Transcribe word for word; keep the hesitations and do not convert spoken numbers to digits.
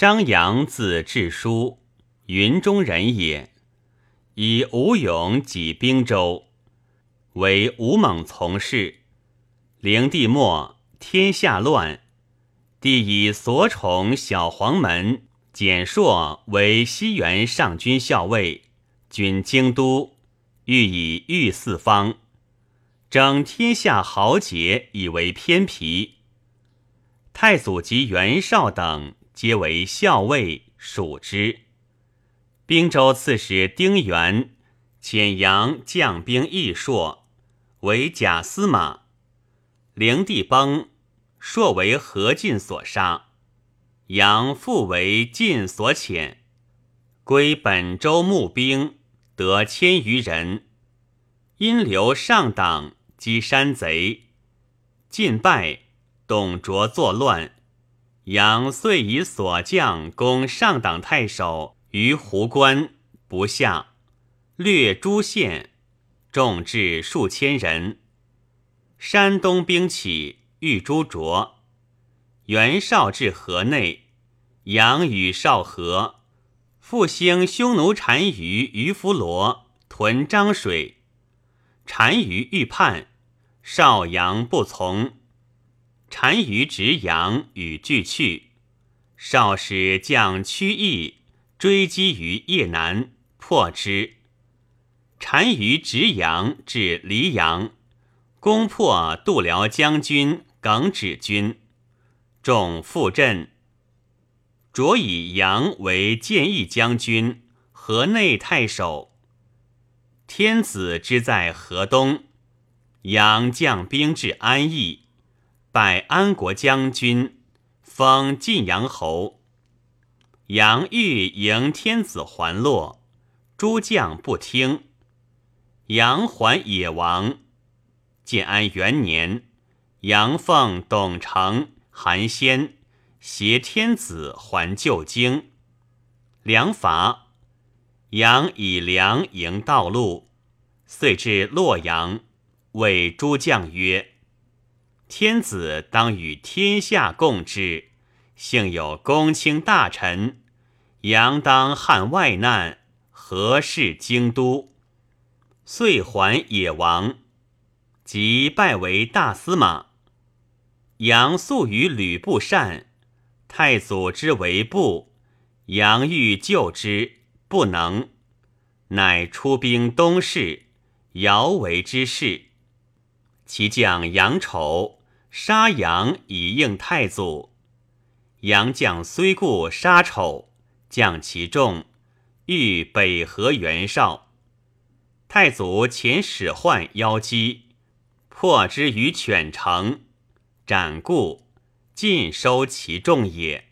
张扬字志书，云中人也。以吴勇己兵州，为吴猛从事。灵帝末，天下乱，帝以所宠小黄门简硕为西原上军校尉，军京都，欲以御四方，征天下豪杰以为偏皮。太祖及袁绍等皆为校尉，属之。兵州刺史丁原遣杨将兵益硕，为假司马。灵帝崩，硕为何进所杀，杨复为晋所遣，归本州募兵，得千余人。因留上党击山贼，晋败，董卓作乱，杨遂以所将攻上党太守于壶关，不下，略诸县，众至数千人。山东兵起，欲诛卓。袁绍至河内，杨与绍和，复兴匈奴单于于弗罗，屯漳水。单于欲叛，绍杨不从。单于执杨与俱去，绍使将屈义追击于邺南，破之。单于执杨至黎阳，攻破度辽将军耿止军，众复阵。卓以杨为建义将军、河内太守。天子之在河东，杨将兵至安邑，拜安国将军，封晋阳侯。杨欲迎天子还洛，诸将不听。杨还野王。建安元年，杨奉董承、韩先挟天子还旧京。梁伐，杨以粮迎道路，遂至洛阳，谓诸将曰：天子当与天下共治，幸有公卿大臣，杨当汉外难，何事京都？遂还野王，即拜为大司马。杨素与吕布善，太祖之为部，杨欲救之，不能，乃出兵东市，遥为之事。其将杨丑杀杨以应太祖。杨将虽故杀丑，将其众，欲北河袁绍。太祖遣使唤邀击，破之于犬城，斩故，尽收其众也。